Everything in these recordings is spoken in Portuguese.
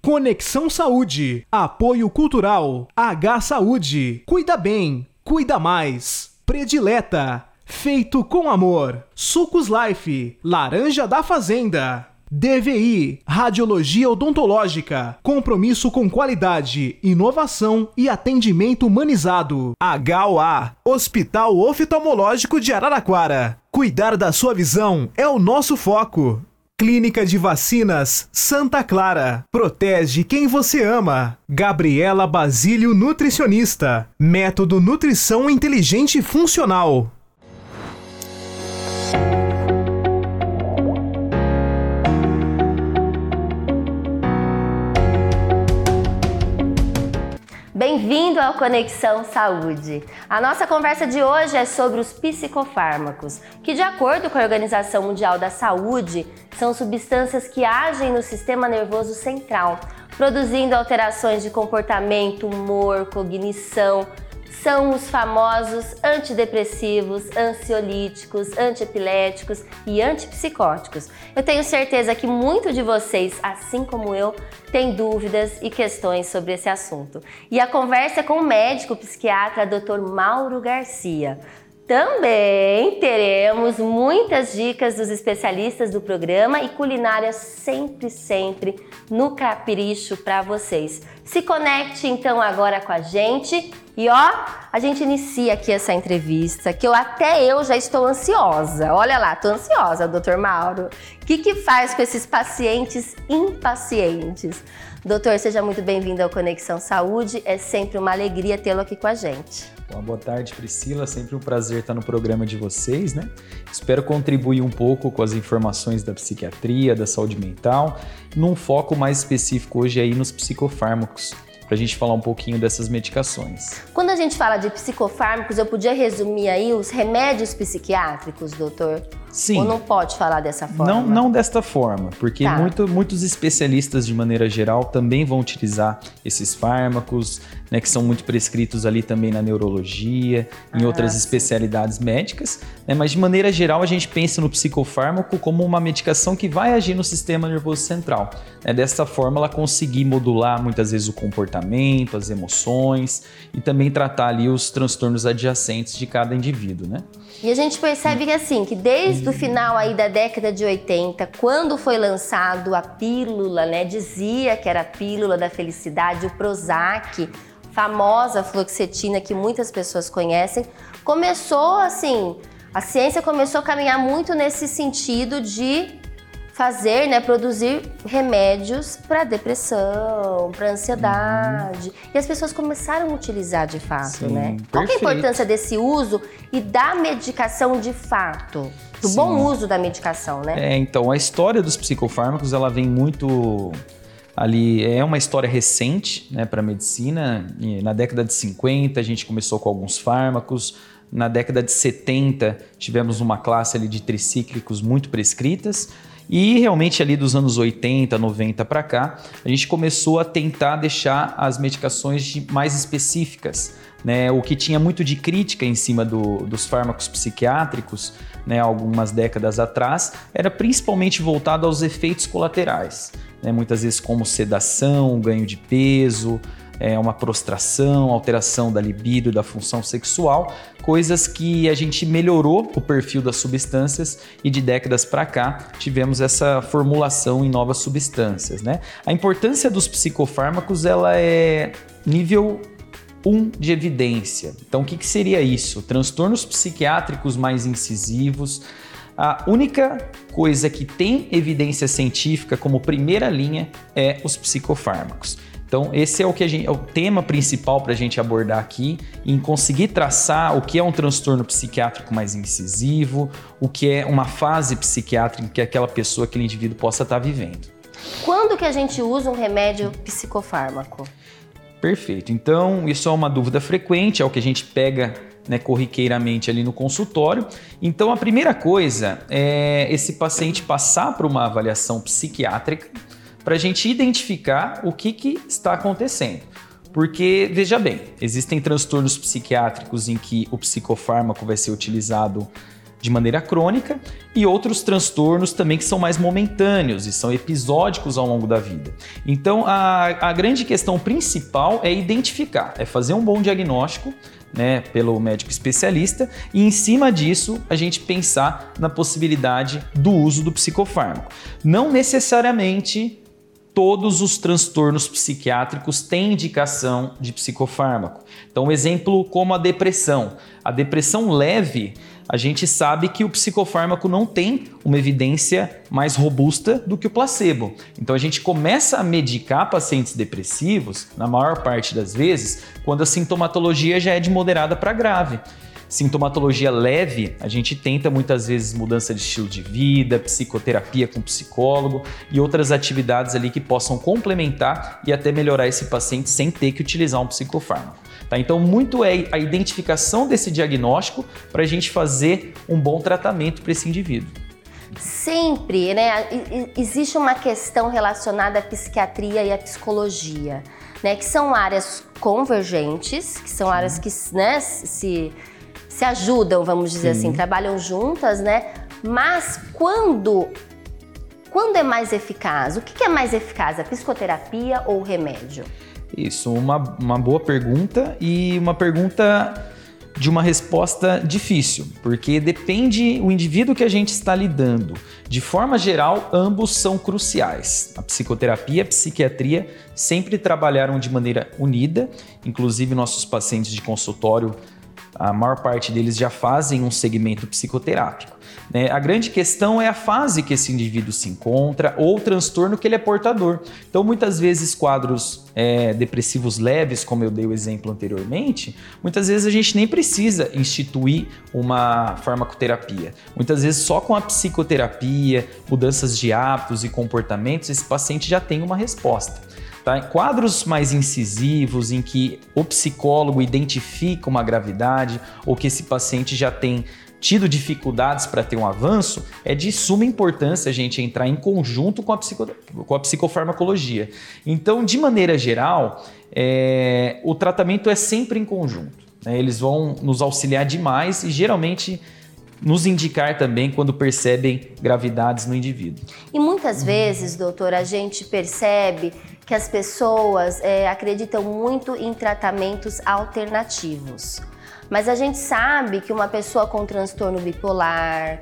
Conexão Saúde, Apoio Cultural, H Saúde, Cuida Bem, Cuida Mais, Predileta, Feito com Amor, Sucos Life, Laranja da Fazenda, DVI, Radiologia Odontológica, compromisso com qualidade, inovação e atendimento humanizado. HOA, Hospital Oftalmológico de Araraquara. Cuidar da sua visão é o nosso foco. Clínica de Vacinas Santa Clara. Protege quem você ama. Gabriela Basílio Nutricionista. Método Nutrição Inteligente e Funcional. Bem-vindo ao Conexão Saúde. A nossa conversa de hoje é sobre os psicofármacos, que de acordo com a Organização Mundial da Saúde, são substâncias que agem no sistema nervoso central, produzindo alterações de comportamento, humor, cognição. São os famosos antidepressivos, ansiolíticos, antiepiléticos e antipsicóticos. Eu tenho certeza que muitos de vocês, assim como eu, têm dúvidas e questões sobre esse assunto. E a conversa é com o médico psiquiatra Dr. Mauro Garcia. Também teremos muitas dicas dos especialistas do programa e culinária sempre no capricho para vocês. Se conecte então agora com a gente e a gente inicia aqui essa entrevista que até eu já estou ansiosa. Olha lá, tô ansiosa, Dr. Mauro. O que faz com esses pacientes impacientes? Doutor, seja muito bem-vindo ao Conexão Saúde. É sempre uma alegria tê-lo aqui com a gente. Boa tarde, Priscila. Sempre um prazer estar no programa de vocês, né? Espero contribuir um pouco com as informações da psiquiatria, da saúde mental, num foco mais específico hoje aí nos psicofármacos, para a gente falar um pouquinho dessas medicações. Quando a gente fala de psicofármacos, eu podia resumir aí os remédios psiquiátricos, doutor? Sim. Ou não pode falar dessa forma? Não desta forma, porque muitos especialistas, de maneira geral, também vão utilizar esses fármacos, né, que são muito prescritos ali também na neurologia, em outras especialidades médicas, né, mas de maneira geral a gente pensa no psicofármaco como uma medicação que vai agir no sistema nervoso central. Né, dessa forma ela conseguir modular muitas vezes o comportamento, as emoções e também tratar ali os transtornos adjacentes de cada indivíduo, né? E a gente percebe que assim, que desde o final aí da década de 80, quando foi lançado a pílula, né, dizia que era a pílula da felicidade, o Prozac, famosa fluoxetina que muitas pessoas conhecem, começou assim, a ciência começou a caminhar muito nesse sentido de fazer, né, produzir remédios para depressão, para ansiedade. E as pessoas começaram a utilizar de fato, Sim, né? Qual que é a importância desse uso e da medicação de fato? Do bom uso da medicação, né? Então, a história dos psicofármacos, ela vem muito ali, é uma história recente, né, para a medicina. Na década de 50, a gente começou com alguns fármacos. Na década de 70, tivemos uma classe ali de tricíclicos muito prescritas. E realmente ali dos anos 80, 90 para cá, a gente começou a tentar deixar as medicações mais específicas, né? O que tinha muito de crítica em cima dos fármacos psiquiátricos, né, algumas décadas atrás, era principalmente voltado aos efeitos colaterais, né? Muitas vezes como sedação, ganho de peso, uma prostração, alteração da libido, da função sexual, coisas que a gente melhorou o perfil das substâncias e de décadas para cá tivemos essa formulação em novas substâncias, né? A importância dos psicofármacos, ela é nível 1 de evidência. Então, o que seria isso? Transtornos psiquiátricos mais incisivos. A única coisa que tem evidência científica como primeira linha é os psicofármacos. Então, esse é o tema principal para a gente abordar aqui, em conseguir traçar o que é um transtorno psiquiátrico mais incisivo, o que é uma fase psiquiátrica que aquela pessoa, aquele indivíduo possa estar vivendo. Quando que a gente usa um remédio psicofármaco? Perfeito. Então, isso é uma dúvida frequente, é o que a gente pega, né, corriqueiramente ali no consultório. Então, a primeira coisa é esse paciente passar por uma avaliação psiquiátrica para a gente identificar o que está acontecendo. Porque, veja bem, existem transtornos psiquiátricos em que o psicofármaco vai ser utilizado de maneira crônica e outros transtornos também que são mais momentâneos e são episódicos ao longo da vida. Então, a grande questão principal é identificar, é fazer um bom diagnóstico, né, pelo médico especialista, e em cima disso a gente pensar na possibilidade do uso do psicofármaco. Não necessariamente todos os transtornos psiquiátricos têm indicação de psicofármaco. Então, um exemplo como a depressão. A depressão leve, a gente sabe que o psicofármaco não tem uma evidência mais robusta do que o placebo. Então, a gente começa a medicar pacientes depressivos, na maior parte das vezes, quando a sintomatologia já é de moderada para grave. Sintomatologia leve, a gente tenta muitas vezes mudança de estilo de vida, psicoterapia com psicólogo e outras atividades ali que possam complementar e até melhorar esse paciente sem ter que utilizar um psicofármaco. Tá? Então, muito é a identificação desse diagnóstico para a gente fazer um bom tratamento para esse indivíduo. Sempre, né? Existe uma questão relacionada à psiquiatria e à psicologia, né? Que são áreas convergentes, que são áreas que, né, se ajudam, vamos dizer assim, trabalham juntas, né? Mas quando é mais eficaz? O que é mais eficaz, a psicoterapia ou o remédio? Isso, uma boa pergunta e uma pergunta de uma resposta difícil, porque depende do indivíduo que a gente está lidando. De forma geral, ambos são cruciais. A psicoterapia e a psiquiatria sempre trabalharam de maneira unida, inclusive nossos pacientes de consultório, a maior parte deles já fazem um segmento psicoterápico, né? A grande questão é a fase que esse indivíduo se encontra ou o transtorno que ele é portador. Então, muitas vezes, quadros depressivos leves, como eu dei o exemplo anteriormente, muitas vezes a gente nem precisa instituir uma farmacoterapia. Muitas vezes, só com a psicoterapia, mudanças de hábitos e comportamentos, esse paciente já tem uma resposta. Tá? Quadros mais incisivos, em que o psicólogo identifica uma gravidade ou que esse paciente já tem tido dificuldades para ter um avanço, é de suma importância a gente entrar em conjunto com a psicofarmacologia. Então, de maneira geral, o tratamento é sempre em conjunto, né? Eles vão nos auxiliar demais e geralmente nos indicar também quando percebem gravidades no indivíduo. E muitas vezes, doutor, a gente percebe que as pessoas acreditam muito em tratamentos alternativos. Mas a gente sabe que uma pessoa com transtorno bipolar,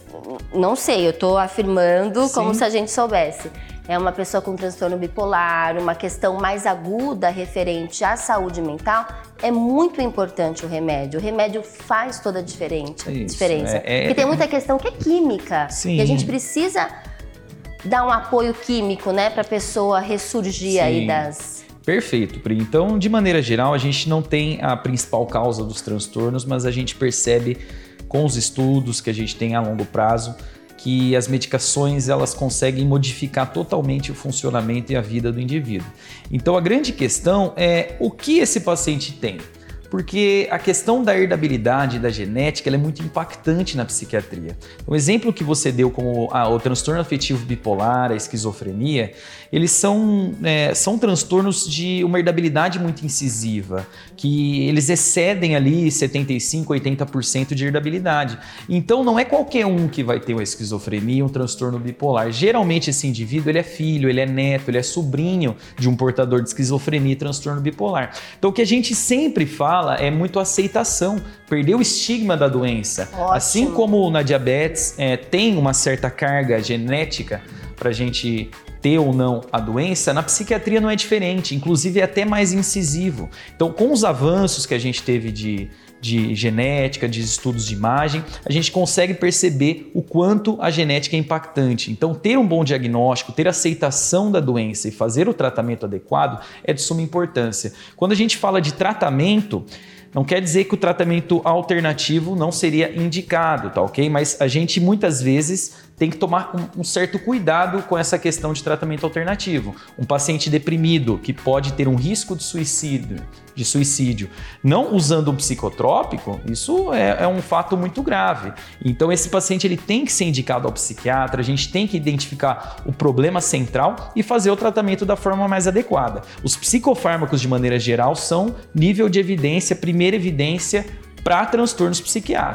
não sei, eu estou afirmando como se a gente soubesse. É uma pessoa com transtorno bipolar, uma questão mais aguda referente à saúde mental, é muito importante o remédio. O remédio faz toda a diferença. Porque tem muita questão que é química. Sim. E a gente precisa dar um apoio químico, né, para a pessoa ressurgir aí das... Perfeito, Pri. Então, de maneira geral, a gente não tem a principal causa dos transtornos, mas a gente percebe com os estudos que a gente tem a longo prazo que as medicações elas conseguem modificar totalmente o funcionamento e a vida do indivíduo. Então, a grande questão é o que esse paciente tem. Porque a questão da herdabilidade, da genética, ela é muito impactante na psiquiatria. O exemplo que você deu como o transtorno afetivo bipolar, a esquizofrenia, eles são transtornos de uma herdabilidade muito incisiva, que eles excedem ali 75%, 80% de herdabilidade. Então não é qualquer um que vai ter uma esquizofrenia, um transtorno bipolar. Geralmente esse indivíduo ele é filho, ele é neto, ele é sobrinho de um portador de esquizofrenia e transtorno bipolar. Então o que a gente sempre fala é muito aceitação, perder o estigma da doença. Ótimo. Assim como na diabetes tem uma certa carga genética para a gente ter ou não a doença, na psiquiatria não é diferente, inclusive é até mais incisivo. Então, com os avanços que a gente teve de genética, de estudos de imagem, a gente consegue perceber o quanto a genética é impactante. Então, ter um bom diagnóstico, ter aceitação da doença e fazer o tratamento adequado é de suma importância. Quando a gente fala de tratamento, não quer dizer que o tratamento alternativo não seria indicado, tá ok? Mas a gente muitas vezes tem que tomar um certo cuidado com essa questão de tratamento alternativo. Um paciente deprimido que pode ter um risco de suicídio, não usando um psicotrópico, isso é um fato muito grave. Então esse paciente ele tem que ser indicado ao psiquiatra, a gente tem que identificar o problema central e fazer o tratamento da forma mais adequada. Os psicofármacos, de maneira geral, são nível de evidência, primeira evidência para transtornos psiquiátricos.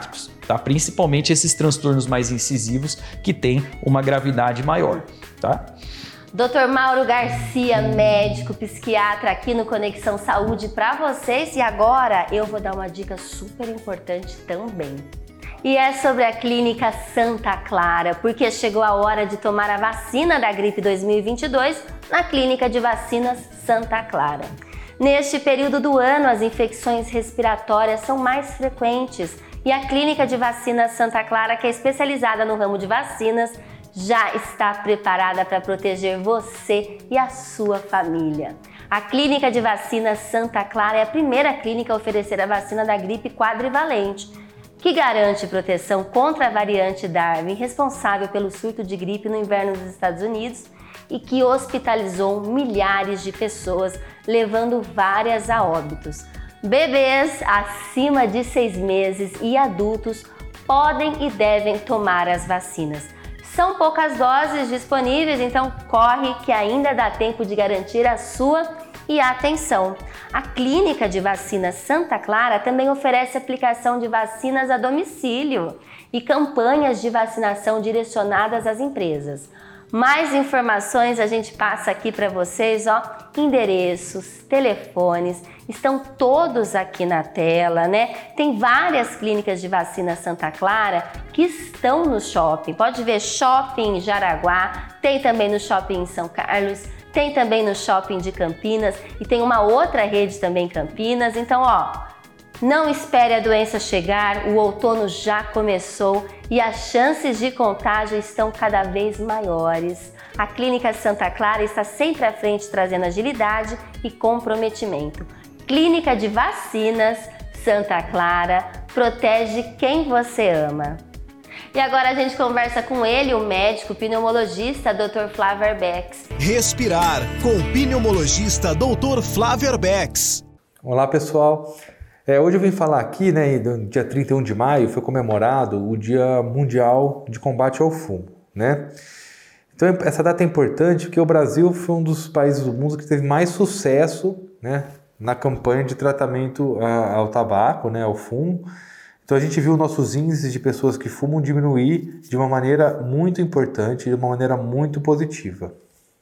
tá? Principalmente esses transtornos mais incisivos que têm uma gravidade maior, tá? Dr. Mauro Garcia, médico, psiquiatra aqui no Conexão Saúde para vocês, e agora eu vou dar uma dica super importante também. E é sobre a Clínica Santa Clara, porque chegou a hora de tomar a vacina da gripe 2022 na Clínica de Vacinas Santa Clara. Neste período do ano, as infecções respiratórias são mais frequentes e a Clínica de Vacinas Santa Clara, que é especializada no ramo de vacinas, já está preparada para proteger você e a sua família. A Clínica de Vacinas Santa Clara é a primeira clínica a oferecer a vacina da gripe quadrivalente, que garante proteção contra a variante Darwin, responsável pelo surto de gripe no inverno dos Estados Unidos e que hospitalizou milhares de pessoas, levando várias a óbitos. Bebês acima de 6 meses e adultos podem e devem tomar as vacinas. São poucas doses disponíveis, então corre que ainda dá tempo de garantir a sua. E atenção, a Clínica de Vacinas Santa Clara também oferece aplicação de vacinas a domicílio e campanhas de vacinação direcionadas às empresas. Mais informações a gente passa aqui para vocês, ó, endereços, telefones, estão todos aqui na tela, né? Tem várias clínicas de vacina Santa Clara que estão no shopping. Pode ver shopping em Jaraguá, tem também no shopping em São Carlos, tem também no shopping de Campinas e tem uma outra rede também em Campinas. Então, ó, não espere a doença chegar, o outono já começou e as chances de contágio estão cada vez maiores. A Clínica Santa Clara está sempre à frente, trazendo agilidade e comprometimento. Clínica de Vacinas Santa Clara protege quem você ama. E agora a gente conversa com ele, o médico pneumologista Dr. Flávio Arbex. Respirar com o pneumologista Dr. Flávio Arbex. Olá, pessoal. Hoje eu vim falar aqui, né, do dia 31 de maio foi comemorado o Dia Mundial de Combate ao Fumo, né? Então essa data é importante porque o Brasil foi um dos países do mundo que teve mais sucesso, né, na campanha de tratamento ao tabaco, né, ao fumo. Então a gente viu nossos índices de pessoas que fumam diminuir de uma maneira muito importante, de uma maneira muito positiva.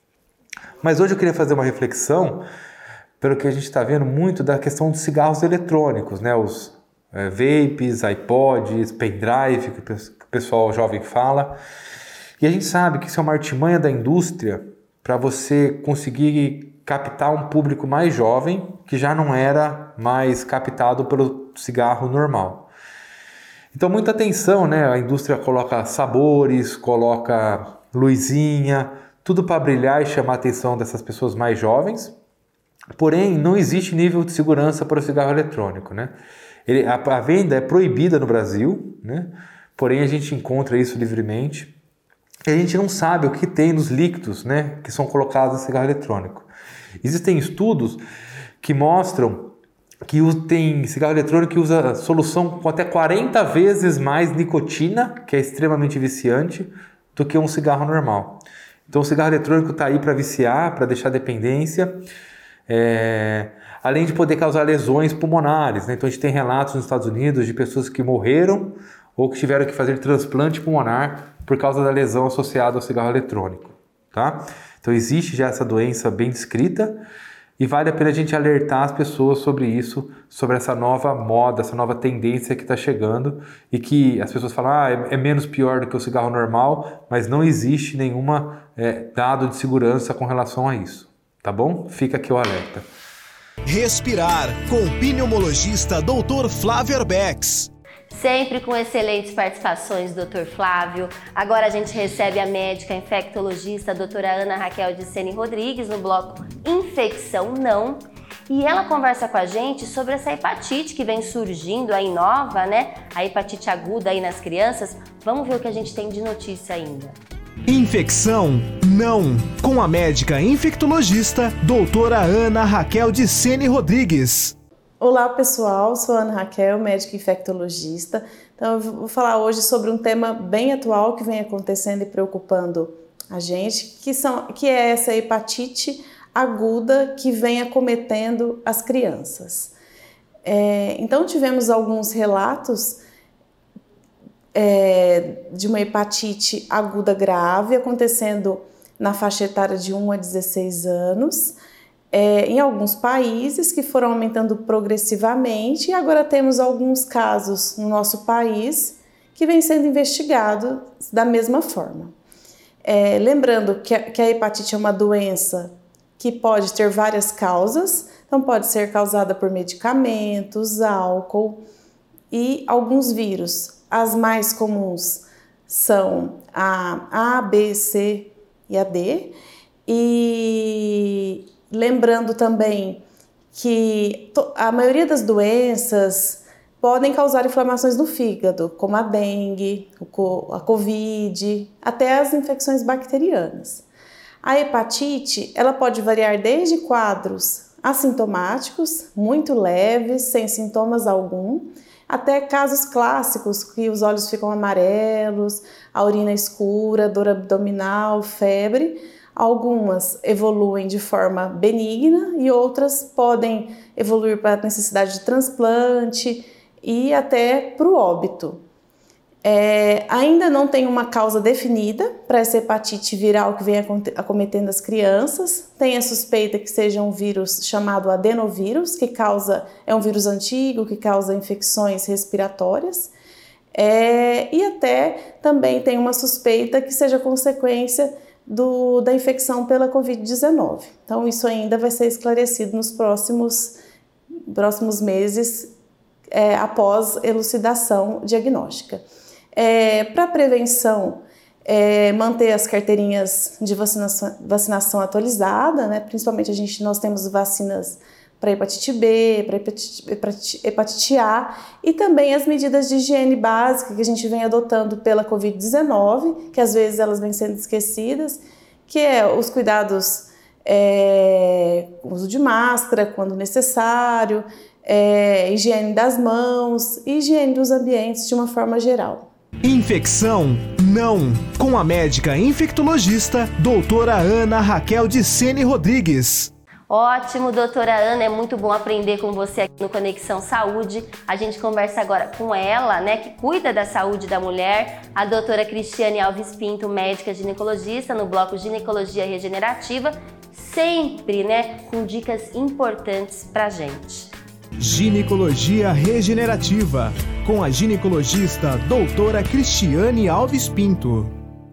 Mas hoje eu queria fazer uma reflexão pelo que a gente está vendo muito da questão dos cigarros eletrônicos, né? Os vapes, iPods, pendrive, que o pessoal jovem fala. E a gente sabe que isso é uma artimanha da indústria para você conseguir captar um público mais jovem que já não era mais captado pelo cigarro normal. Então, muita atenção, né? A indústria coloca sabores, coloca luzinha, tudo para brilhar e chamar a atenção dessas pessoas mais jovens. Porém, não existe nível de segurança para o cigarro eletrônico, né? A venda é proibida no Brasil, né? Porém a gente encontra isso livremente. E a gente não sabe o que tem nos líquidos, né, que são colocados no cigarro eletrônico. Existem estudos que mostram que tem cigarro eletrônico que usa solução com até 40 vezes mais nicotina, que é extremamente viciante, do que um cigarro normal. Então o cigarro eletrônico está aí para viciar, para deixar dependência. Além de poder causar lesões pulmonares, né? Então a gente tem relatos nos Estados Unidos de pessoas que morreram ou que tiveram que fazer transplante pulmonar por causa da lesão associada ao cigarro eletrônico, tá? Então existe já essa doença bem descrita e vale a pena a gente alertar as pessoas sobre isso, sobre essa nova moda, essa nova tendência que está chegando e que as pessoas falam, é menos pior do que o cigarro normal, mas não existe nenhuma dado de segurança com relação a isso. Tá bom? Fica aqui o alerta. Respirar com o pneumologista Dr. Flávio Arbex. Sempre com excelentes participações, Dr. Flávio. Agora a gente recebe a médica infectologista, a doutora Ana Raquel de Sene Rodrigues, no bloco Infecção Não. E ela conversa com a gente sobre essa hepatite que vem surgindo aí nova, né? A hepatite aguda aí nas crianças. Vamos ver o que a gente tem de notícia ainda. Infecção Não, com a médica infectologista doutora Ana Raquel de Sene Rodrigues. Olá pessoal, sou a Ana Raquel, médica infectologista. Então eu vou falar hoje sobre um tema bem atual que vem acontecendo e preocupando a gente, que é essa hepatite aguda que vem acometendo as crianças. Então tivemos alguns relatos de uma hepatite aguda grave, acontecendo na faixa etária de 1 a 16 anos, em alguns países que foram aumentando progressivamente, e agora temos alguns casos no nosso país que vêm sendo investigados da mesma forma. Lembrando que a hepatite é uma doença que pode ter várias causas, então pode ser causada por medicamentos, álcool e alguns vírus. As mais comuns são a B, C e a D. E lembrando também que a maioria das doenças podem causar inflamações no fígado, como a dengue, a Covid, até as infecções bacterianas. A hepatite, ela pode variar desde quadros assintomáticos, muito leves, sem sintomas algum, até casos clássicos que os olhos ficam amarelos, a urina escura, dor abdominal, febre. Algumas evoluem de forma benigna e outras podem evoluir para a necessidade de transplante e até para o óbito. Ainda não tem uma causa definida para essa hepatite viral que vem acometendo as crianças. Tem a suspeita que seja um vírus chamado adenovírus, que é um vírus antigo que causa infecções respiratórias. E até também tem uma suspeita que seja consequência da infecção pela Covid-19. Então isso ainda vai ser esclarecido nos próximos meses após elucidação diagnóstica. Para prevenção, manter as carteirinhas de vacinação atualizada, né? Principalmente nós temos vacinas para hepatite B, para hepatite A e também as medidas de higiene básica que a gente vem adotando pela Covid-19, que às vezes elas vêm sendo esquecidas, que é os cuidados, uso de máscara quando necessário, higiene das mãos e higiene dos ambientes de uma forma geral. Infecção, não! Com a médica infectologista, doutora Ana Raquel de Sene Rodrigues. Ótimo, doutora Ana, é muito bom aprender com você aqui no Conexão Saúde. A gente conversa agora com ela, né, que cuida da saúde da mulher, a doutora Cristiane Alves Pinto, médica ginecologista no bloco Ginecologia Regenerativa, sempre, né, com dicas importantes pra gente. Ginecologia Regenerativa, com a ginecologista doutora Cristiane Alves Pinto.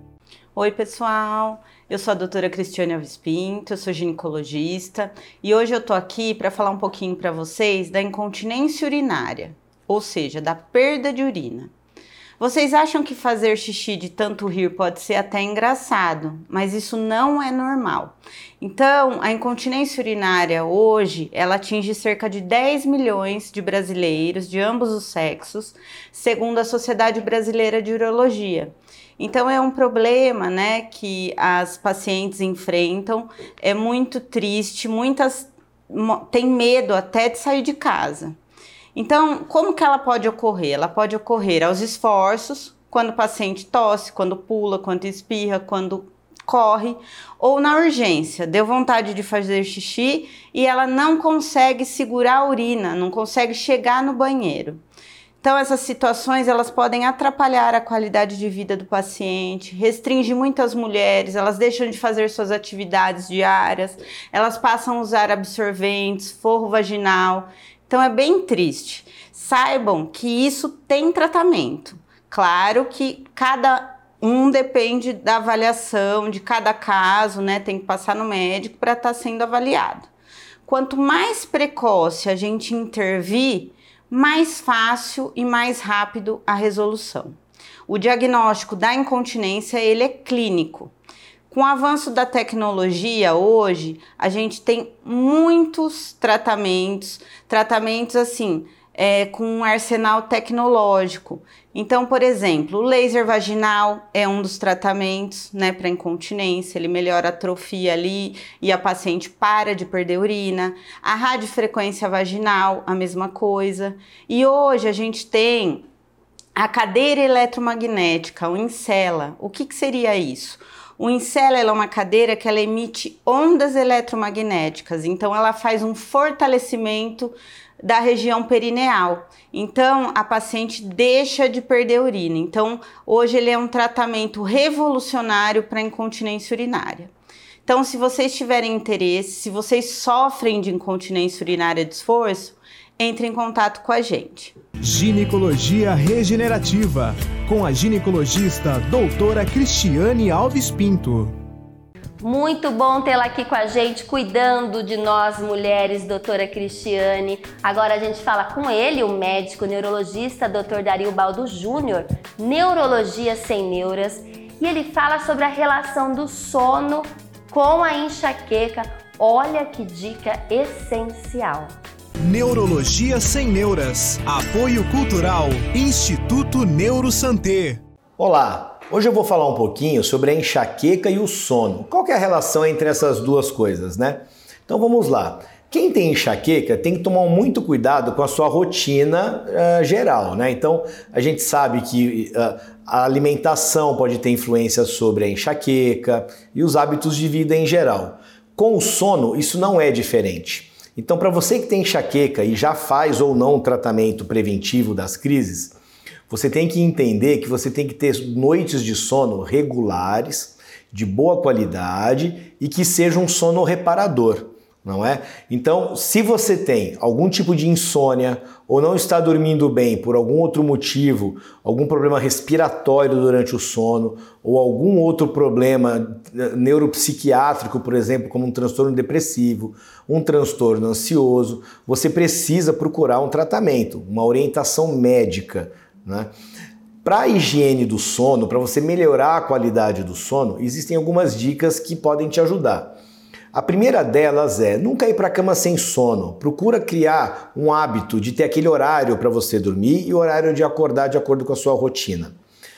Oi, pessoal! Eu sou a doutora Cristiane Alves Pinto, eu sou ginecologista e hoje eu tô aqui para falar um pouquinho para vocês da incontinência urinária, ou seja, da perda de urina. Vocês acham que fazer xixi de tanto rir pode ser até engraçado, mas isso não é normal. Então, a incontinência urinária hoje, ela atinge cerca de 10 milhões de brasileiros de ambos os sexos, segundo a Sociedade Brasileira de Urologia. Então é um problema, né, que as pacientes enfrentam, é muito triste, muitas têm medo até de sair de casa. Então, como que ela pode ocorrer? Ela pode ocorrer aos esforços, quando o paciente tosse, quando pula, quando espirra, quando corre, ou na urgência, deu vontade de fazer xixi e ela não consegue segurar a urina, não consegue chegar no banheiro. Então, essas situações, elas podem atrapalhar a qualidade de vida do paciente, restringe muitas mulheres, elas deixam de fazer suas atividades diárias, elas passam a usar absorventes, forro vaginal. Então, é bem triste. Saibam que isso tem tratamento. Claro que cada um depende da avaliação de cada caso, né? Tem que passar no médico para estar sendo avaliado. Quanto mais precoce a gente intervir, mais fácil e mais rápido a resolução. O diagnóstico da incontinência, ele é clínico. Com o avanço da tecnologia hoje, a gente tem muitos tratamentos assim, com um arsenal tecnológico. Então, por exemplo, o laser vaginal é um dos tratamentos, né, para incontinência, ele melhora a atrofia ali e a paciente para de perder urina. A radiofrequência vaginal, a mesma coisa. E hoje a gente tem a cadeira eletromagnética, o Encela. O que seria isso? O Incela é uma cadeira que ela emite ondas eletromagnéticas, então ela faz um fortalecimento da região perineal. Então a paciente deixa de perder urina. Então hoje ele é um tratamento revolucionário para incontinência urinária. Então, se vocês tiverem interesse, se vocês sofrem de incontinência urinária de esforço, entre em contato com a gente. Ginecologia Regenerativa, com a ginecologista doutora Cristiane Alves Pinto. Muito bom tê-la aqui com a gente, cuidando de nós mulheres, doutora Cristiane. Agora a gente fala com ele, o médico neurologista, doutor Dario Baldo Júnior, Neurologia Sem Neuras, e ele fala sobre a relação do sono com a enxaqueca. Olha que dica essencial. Neurologia Sem Neuras. Apoio Cultural. Instituto NeuroSanté. Olá, hoje eu vou falar um pouquinho sobre a enxaqueca e o sono. Qual que é a relação entre essas duas coisas, né? Então vamos lá. Quem tem enxaqueca tem que tomar muito cuidado com a sua rotina geral, né? Então a gente sabe que a alimentação pode ter influência sobre a enxaqueca e os hábitos de vida em geral. Com o sono, isso não é diferente. Então, para você que tem enxaqueca e já faz ou não o tratamento preventivo das crises, você tem que entender que você tem que ter noites de sono regulares, de boa qualidade e que seja um sono reparador, não é? Então, se você tem algum tipo de insônia ou não está dormindo bem por algum outro motivo, algum problema respiratório durante o sono ou algum outro problema neuropsiquiátrico, por exemplo, como um transtorno depressivo, um transtorno ansioso, você precisa procurar um tratamento, uma orientação médica, né? Para a higiene do sono, para você melhorar a qualidade do sono, existem algumas dicas que podem te ajudar. A primeira delas é nunca ir para a cama sem sono. Procura criar um hábito de ter aquele horário para você dormir e o horário de acordar de acordo com a sua rotina.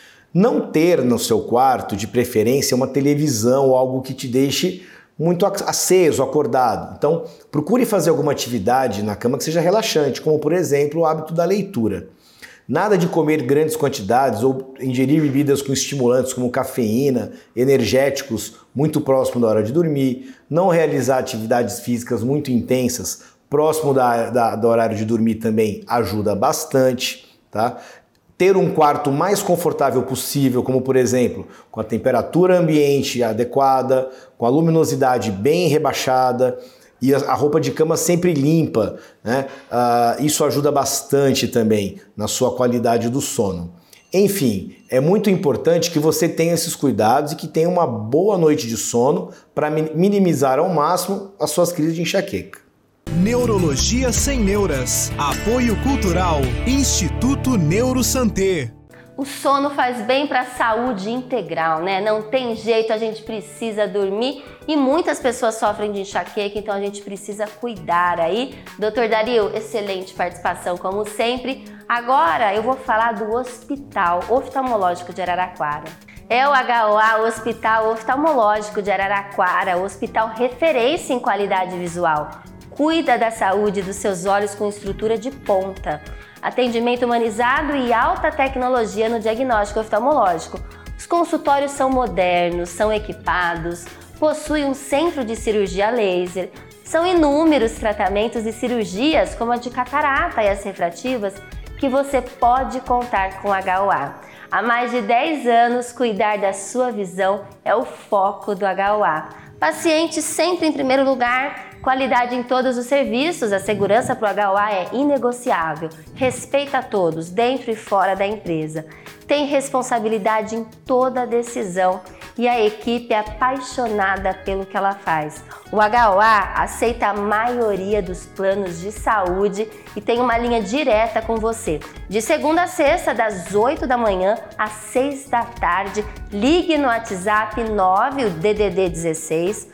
Não ter no seu quarto, de preferência, uma televisão ou algo que te deixe muito aceso, acordado. Então, procure fazer alguma atividade na cama que seja relaxante, como, por exemplo, o hábito da leitura. Nada de comer grandes quantidades ou ingerir bebidas com estimulantes como cafeína, energéticos muito próximo da hora de dormir. Não realizar atividades físicas muito intensas próximo do horário de dormir também ajuda bastante, tá? Ter um quarto mais confortável possível, como por exemplo, com a temperatura ambiente adequada, com a luminosidade bem rebaixada, e a roupa de cama sempre limpa, né? Isso ajuda bastante também na sua qualidade do sono. Enfim, é muito importante que você tenha esses cuidados e que tenha uma boa noite de sono para minimizar ao máximo as suas crises de enxaqueca. Neurologia Sem Neuras. Apoio Cultural. Instituto NeuroSanté. O sono faz bem para a saúde integral, né? Não tem jeito, a gente precisa dormir e muitas pessoas sofrem de enxaqueca, então a gente precisa cuidar aí. Dr. Dario, excelente participação como sempre. Agora eu vou falar do Hospital Oftalmológico de Araraquara. É o HOA, Hospital Oftalmológico de Araraquara, hospital referência em qualidade visual. Cuida da saúde dos seus olhos com estrutura de ponta. Atendimento humanizado e alta tecnologia no diagnóstico oftalmológico. Os consultórios são modernos, são equipados, possuem um centro de cirurgia laser. São inúmeros tratamentos e cirurgias, como a de catarata e as refrativas, que você pode contar com a HOA. Há mais de 10 anos, cuidar da sua visão é o foco do HOA. Paciente sempre em primeiro lugar, qualidade em todos os serviços, a segurança para o HOA é inegociável, respeita a todos, dentro e fora da empresa, tem responsabilidade em toda a decisão e a equipe é apaixonada pelo que ela faz. O HOA aceita a maioria dos planos de saúde e tem uma linha direta com você. De segunda a sexta, das 8 da manhã às 6 da tarde, ligue no WhatsApp 9, o DDD 16,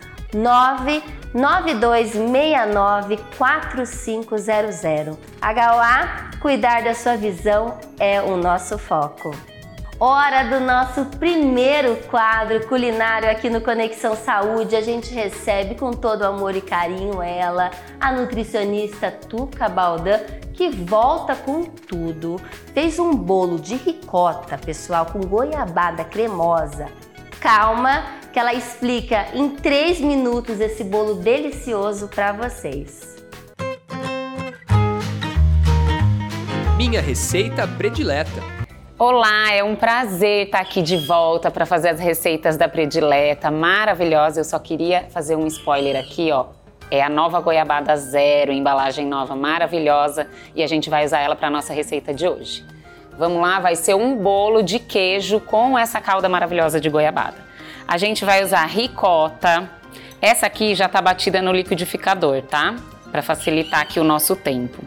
992694500. HOA, cuidar da sua visão é o nosso foco. Hora do nosso primeiro quadro culinário aqui no Conexão Saúde. A gente recebe com todo amor e carinho ela, a nutricionista Tuca Baldan, que volta com tudo. Fez um bolo de ricota, pessoal, com goiabada cremosa. Calma, que ela explica em 3 minutos esse bolo delicioso para vocês. Minha receita predileta. Olá, é um prazer estar aqui de volta para fazer as receitas da predileta, maravilhosa. Eu só queria fazer um spoiler aqui, ó. É a nova goiabada zero, embalagem nova, maravilhosa, e a gente vai usar ela para nossa receita de hoje. Vamos lá, vai ser um bolo de queijo com essa calda maravilhosa de goiabada. A gente vai usar ricota. Essa aqui já tá batida no liquidificador, tá? Para facilitar aqui o nosso tempo.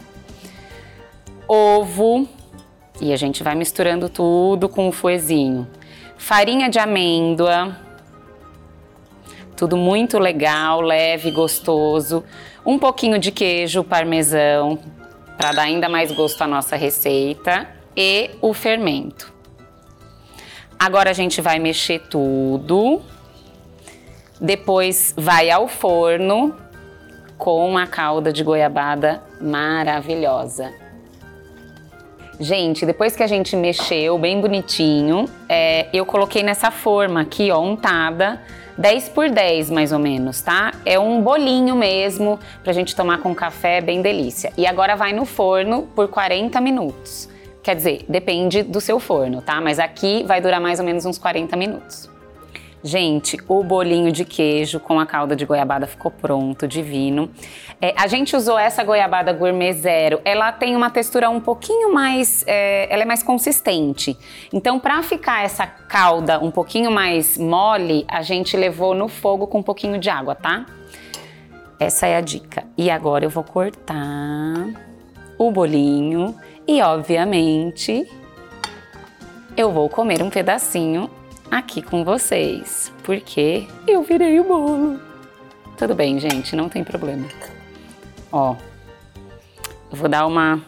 Ovo, e a gente vai misturando tudo com o fouetzinho. Farinha de amêndoa, tudo muito legal, leve, gostoso. Um pouquinho de queijo parmesão, para dar ainda mais gosto à nossa receita. E o fermento. Agora a gente vai mexer tudo. Depois vai ao forno com a calda de goiabada maravilhosa. Gente, depois que a gente mexeu bem bonitinho, eu coloquei nessa forma aqui, ó, untada, 10 por 10 mais ou menos, tá? É um bolinho mesmo, pra gente tomar com café, bem delícia. E agora vai no forno por 40 minutos. Quer dizer, depende do seu forno, tá? Mas aqui vai durar mais ou menos uns 40 minutos. Gente, o bolinho de queijo com a calda de goiabada ficou pronto, divino. A gente usou essa goiabada gourmet zero. Ela tem uma textura um pouquinho mais... ela é mais consistente. Então, para ficar essa calda um pouquinho mais mole, a gente levou no fogo com um pouquinho de água, tá? Essa é a dica. E agora eu vou cortar o bolinho e, obviamente, eu vou comer um pedacinho aqui com vocês, porque eu virei o bolo. Tudo bem, gente, não tem problema. Ó, eu vou dar uma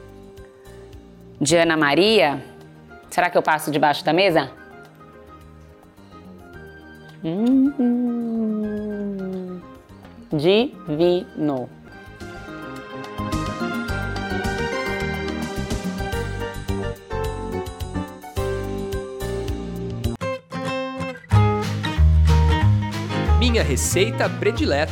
de Ana Maria. Será que eu passo debaixo da mesa? Divino. Minha receita predileta.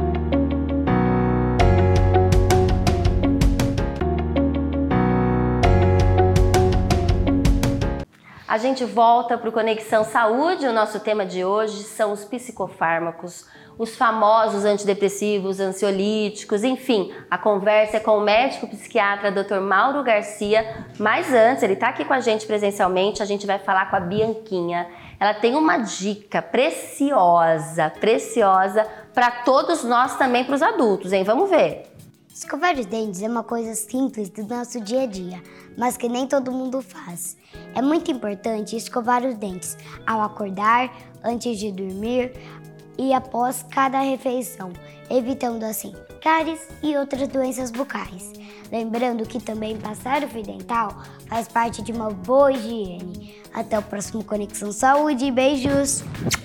A gente volta para o Conexão Saúde. O nosso tema de hoje são os psicofármacos, os famosos antidepressivos, ansiolíticos, enfim. A conversa é com o médico psiquiatra Dr. Mauro Garcia. Mas antes, ele está aqui com a gente presencialmente, a gente vai falar com a Bianquinha. Ela tem uma dica preciosa para todos nós também, para os adultos, hein? Vamos ver. Escovar os dentes é uma coisa simples do nosso dia a dia, mas que nem todo mundo faz. É muito importante escovar os dentes ao acordar, antes de dormir e após cada refeição, evitando assim cáries e outras doenças bucais. Lembrando que também passar o fio dental faz parte de uma boa higiene. Até o próximo Conexão Saúde. Beijos!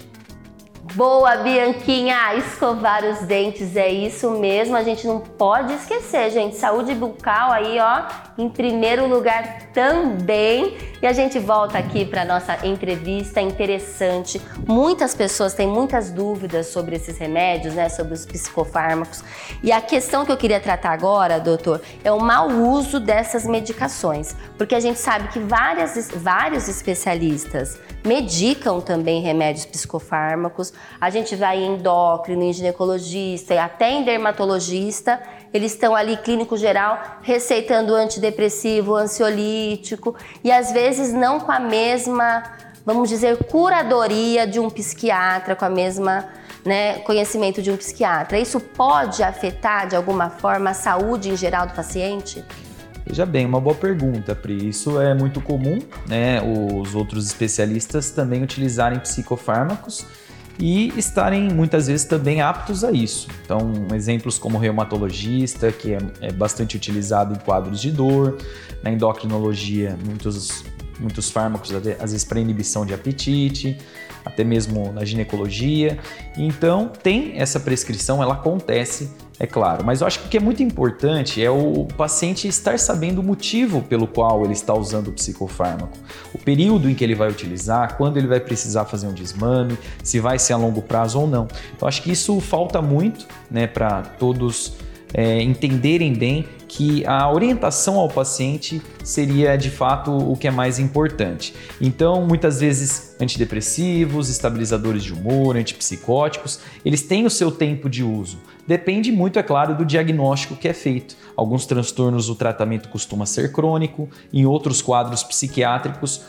Boa, Bianquinha! Escovar os dentes, é isso mesmo. A gente não pode esquecer, gente. Saúde bucal aí, ó, em primeiro lugar também. E a gente volta aqui para nossa entrevista interessante. Muitas pessoas têm muitas dúvidas sobre esses remédios, né? Sobre os psicofármacos. E a questão que eu queria tratar agora, doutor, é o mau uso dessas medicações. Porque a gente sabe que vários especialistas medicam também remédios psicofármacos. A gente vai em endócrino, em ginecologista e até em dermatologista. Eles estão ali, clínico geral, receitando antidepressivo, ansiolítico e às vezes não com a mesma, vamos dizer, curadoria de um psiquiatra, com a mesma, né, conhecimento de um psiquiatra. Isso pode afetar de alguma forma a saúde em geral do paciente? Veja bem, uma boa pergunta, Pri. Isso é muito comum, né? Os outros especialistas também utilizarem psicofármacos e estarem muitas vezes também aptos a isso. Então, exemplos como o reumatologista, que é bastante utilizado em quadros de dor, na endocrinologia, muitos fármacos, às vezes para inibição de apetite, até mesmo na ginecologia. Então, tem essa prescrição, ela acontece é claro. Mas eu acho que o que é muito importante é o paciente estar sabendo o motivo pelo qual ele está usando o psicofármaco, o período em que ele vai utilizar, quando ele vai precisar fazer um desmame, se vai ser a longo prazo ou não. Então acho que isso falta muito, né, para todos entenderem bem que a orientação ao paciente seria de fato o que é mais importante. Então, muitas vezes, antidepressivos, estabilizadores de humor, antipsicóticos, eles têm o seu tempo de uso. Depende muito, é claro, do diagnóstico que é feito. Alguns transtornos o tratamento costuma ser crônico, em outros quadros psiquiátricos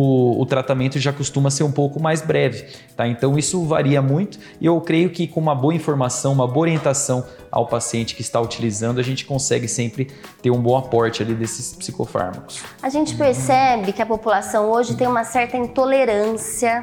o tratamento já costuma ser um pouco mais breve, tá? Então isso varia muito e eu creio que com uma boa informação, uma boa orientação ao paciente que está utilizando, a gente consegue sempre ter um bom aporte ali desses psicofármacos. A gente percebe que a população hoje tem uma certa intolerância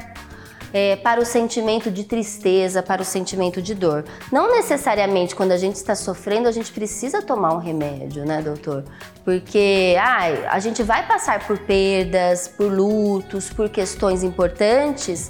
para o sentimento de tristeza, para o sentimento de dor. Não necessariamente quando a gente está sofrendo, a gente precisa tomar um remédio, né, doutor? Porque a gente vai passar por perdas, por lutos, por questões importantes,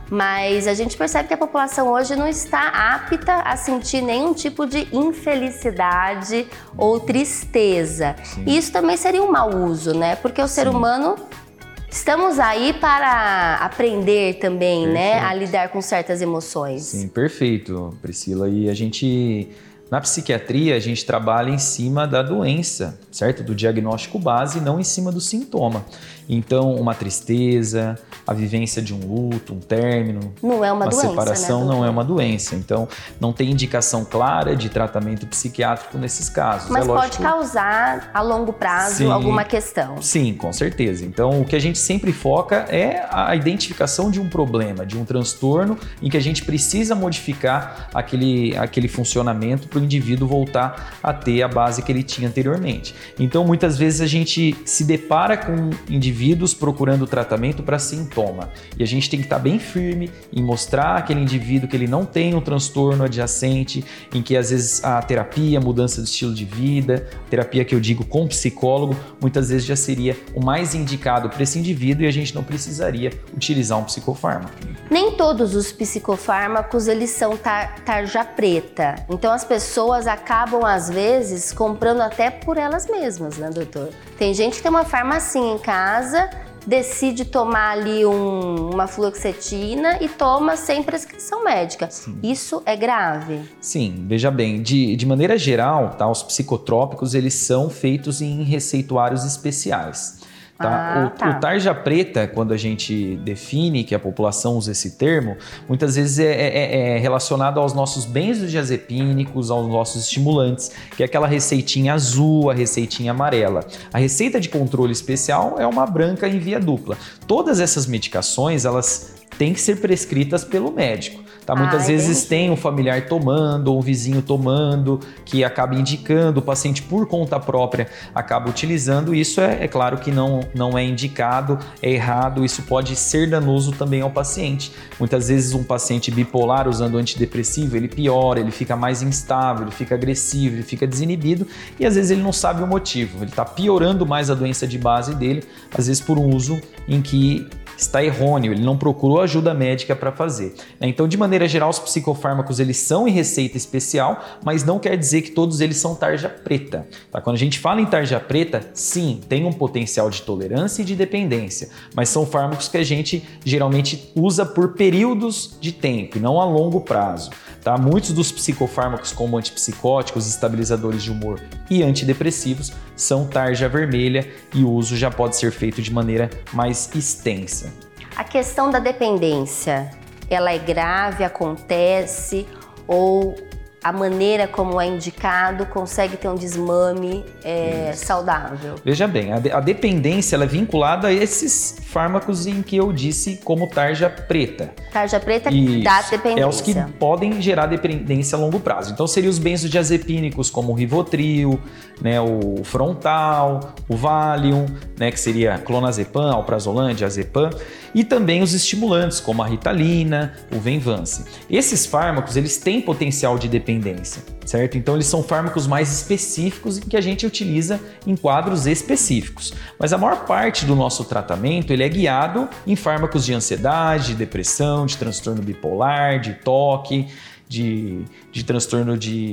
mas a gente percebe que a população hoje não está apta a sentir nenhum tipo de infelicidade ou tristeza. Sim. E isso também seria um mau uso, né? Porque o ser humano... Estamos aí para aprender também, né, a lidar com certas emoções. Sim, perfeito, Priscila. E a gente, na psiquiatria, a gente trabalha em cima da doença, certo? Do diagnóstico base, não em cima do sintoma. Então, uma tristeza, a vivência de um luto, um término, não é uma doença, separação, né, não é uma doença. Então, não tem indicação clara de tratamento psiquiátrico nesses casos. Mas pode causar a longo prazo alguma questão. Sim, com certeza. Então, o que a gente sempre foca é a identificação de um problema, de um transtorno em que a gente precisa modificar aquele funcionamento para o indivíduo voltar a ter a base que ele tinha anteriormente. Então, muitas vezes a gente se depara com indivíduos procurando tratamento para sintoma. E a gente tem que estar bem firme em mostrar àquele indivíduo que ele não tem um transtorno adjacente, em que às vezes a terapia, a mudança de estilo de vida, terapia que eu digo com psicólogo, muitas vezes já seria o mais indicado para esse indivíduo e a gente não precisaria utilizar um psicofármaco. Nem todos os psicofármacos eles são tarja preta. Então as pessoas acabam às vezes comprando até por elas mesmas, né, doutor? Tem gente que tem uma farmacinha em casa, decide tomar ali uma fluoxetina e toma sem prescrição médica. Sim. Isso é grave? Sim, veja bem, de maneira geral, tá, os psicotrópicos eles são feitos em receituários especiais. Tá? O tarja preta, quando a gente define que a população usa esse termo, muitas vezes é relacionado aos nossos benzodiazepínicos, aos nossos estimulantes, que é aquela receitinha azul, a receitinha amarela. A receita de controle especial é uma branca em via dupla. Todas essas medicações, elas têm que ser prescritas pelo médico. Tá? Muitas vezes tem um familiar tomando, ou um vizinho tomando, que acaba indicando, o paciente por conta própria acaba utilizando. Isso é claro que não é indicado, é errado, isso pode ser danoso também ao paciente. Muitas vezes um paciente bipolar usando antidepressivo, ele piora, ele fica mais instável, ele fica agressivo, ele fica desinibido e às vezes ele não sabe o motivo. Ele está piorando mais a doença de base dele, às vezes por um uso em que está errôneo, ele não procurou ajuda médica para fazer. Então, de maneira geral, os psicofármacos eles são em receita especial, mas não quer dizer que todos eles são tarja preta. Tá? Quando a gente fala em tarja preta, sim, tem um potencial de tolerância e de dependência, mas são fármacos que a gente geralmente usa por períodos de tempo, não a longo prazo. Tá? Muitos dos psicofármacos, como antipsicóticos, estabilizadores de humor e antidepressivos, são tarja vermelha e o uso já pode ser feito de maneira mais extensa. A questão da dependência, ela é grave, acontece ou a maneira como é indicado consegue ter um desmame saudável? Veja bem, a dependência ela é vinculada a esses fármacos em que eu disse como tarja preta. Tarja preta dá dependência. É os que podem gerar dependência a longo prazo. Então seriam os benzodiazepínicos como o Rivotril, né, o Frontal, o Valium, né, que seria clonazepam, alprazolam, diazepam, e também os estimulantes como a Ritalina, o Venvance. Esses fármacos eles têm potencial de dependência, certo? Então eles são fármacos mais específicos em que a gente utiliza em quadros específicos. Mas a maior parte do nosso tratamento ele é guiado em fármacos de ansiedade, de depressão, de transtorno bipolar, de toque, de transtorno de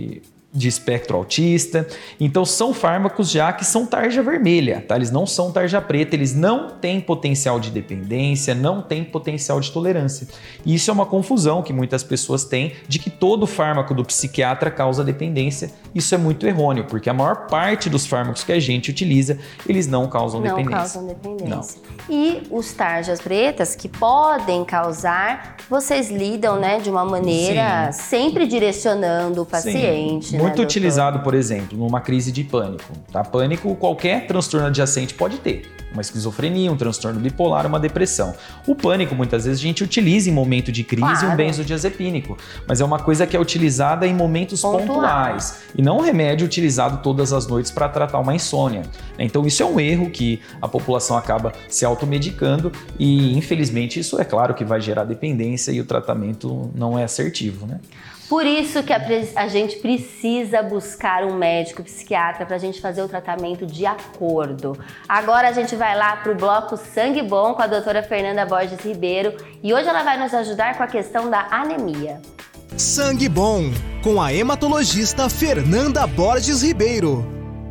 de espectro autista. Então são fármacos já que são tarja vermelha, tá? Eles não são tarja preta, eles não têm potencial de dependência, não têm potencial de tolerância. E isso é uma confusão que muitas pessoas têm de que todo fármaco do psiquiatra causa dependência. Isso é muito errôneo, porque a maior parte dos fármacos que a gente utiliza, eles não causam dependência. Não causam dependência. Não. E os tarjas pretas que podem causar, vocês lidam, né, de uma maneira sempre direcionando o paciente. Sim. Muito utilizado, por exemplo, numa crise de pânico. Tá? Pânico, qualquer transtorno adjacente pode ter. Uma esquizofrenia, um transtorno bipolar, uma depressão. O pânico, muitas vezes, a gente utiliza em momento de crise um benzodiazepínico, mas é uma coisa que é utilizada em momentos pontuais e não um remédio utilizado todas as noites para tratar uma insônia. Então isso é um erro que a população acaba se automedicando e, infelizmente, isso é claro que vai gerar dependência e o tratamento não é assertivo, né? Por isso que a gente precisa buscar um médico psiquiatra para a gente fazer o tratamento de acordo. Agora a gente vai lá para o bloco Sangue Bom com a doutora Fernanda Borges Ribeiro e hoje ela vai nos ajudar com a questão da anemia. Sangue Bom, com a hematologista Fernanda Borges Ribeiro.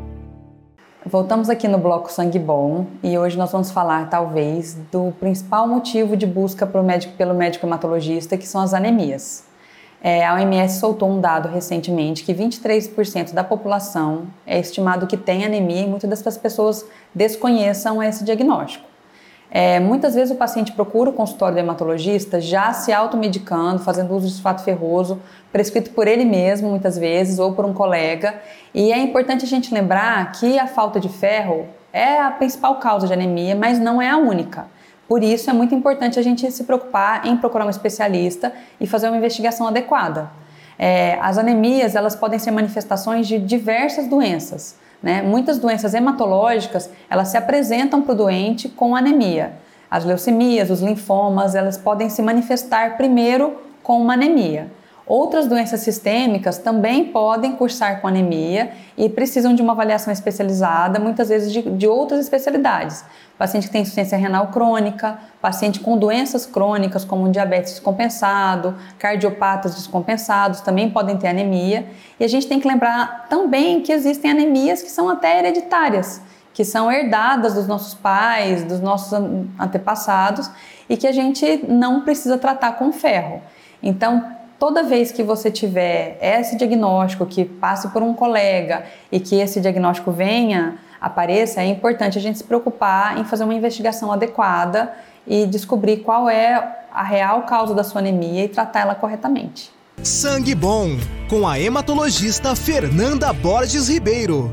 Voltamos aqui no bloco Sangue Bom e hoje nós vamos falar, talvez, do principal motivo de busca pelo médico hematologista, que são as anemias. A OMS soltou um dado recentemente que 23% da população é estimado que tem anemia e muitas das pessoas desconheçam esse diagnóstico. Muitas vezes o paciente procura o consultório do hematologista já se automedicando, fazendo uso de sulfato ferroso, prescrito por ele mesmo muitas vezes ou por um colega. E é importante a gente lembrar que a falta de ferro é a principal causa de anemia, mas não é a única. Por isso é muito importante a gente se preocupar em procurar um especialista e fazer uma investigação adequada. As anemias, elas podem ser manifestações de diversas doenças, né? Muitas doenças hematológicas, elas se apresentam para o doente com anemia. As leucemias, os linfomas, elas podem se manifestar primeiro com uma anemia. Outras doenças sistêmicas também podem cursar com anemia e precisam de uma avaliação especializada, muitas vezes de outras especialidades. Paciente que tem insuficiência renal crônica, paciente com doenças crônicas como diabetes descompensado, cardiopatas descompensados também podem ter anemia. E a gente tem que lembrar também que existem anemias que são até hereditárias, que são herdadas dos nossos pais, dos nossos antepassados e que a gente não precisa tratar com ferro. Então, toda vez que você tiver esse diagnóstico, que passe por um colega e que esse diagnóstico apareça, é importante a gente se preocupar em fazer uma investigação adequada e descobrir qual é a real causa da sua anemia e tratar ela corretamente. Sangue Bom, com a hematologista Fernanda Borges Ribeiro.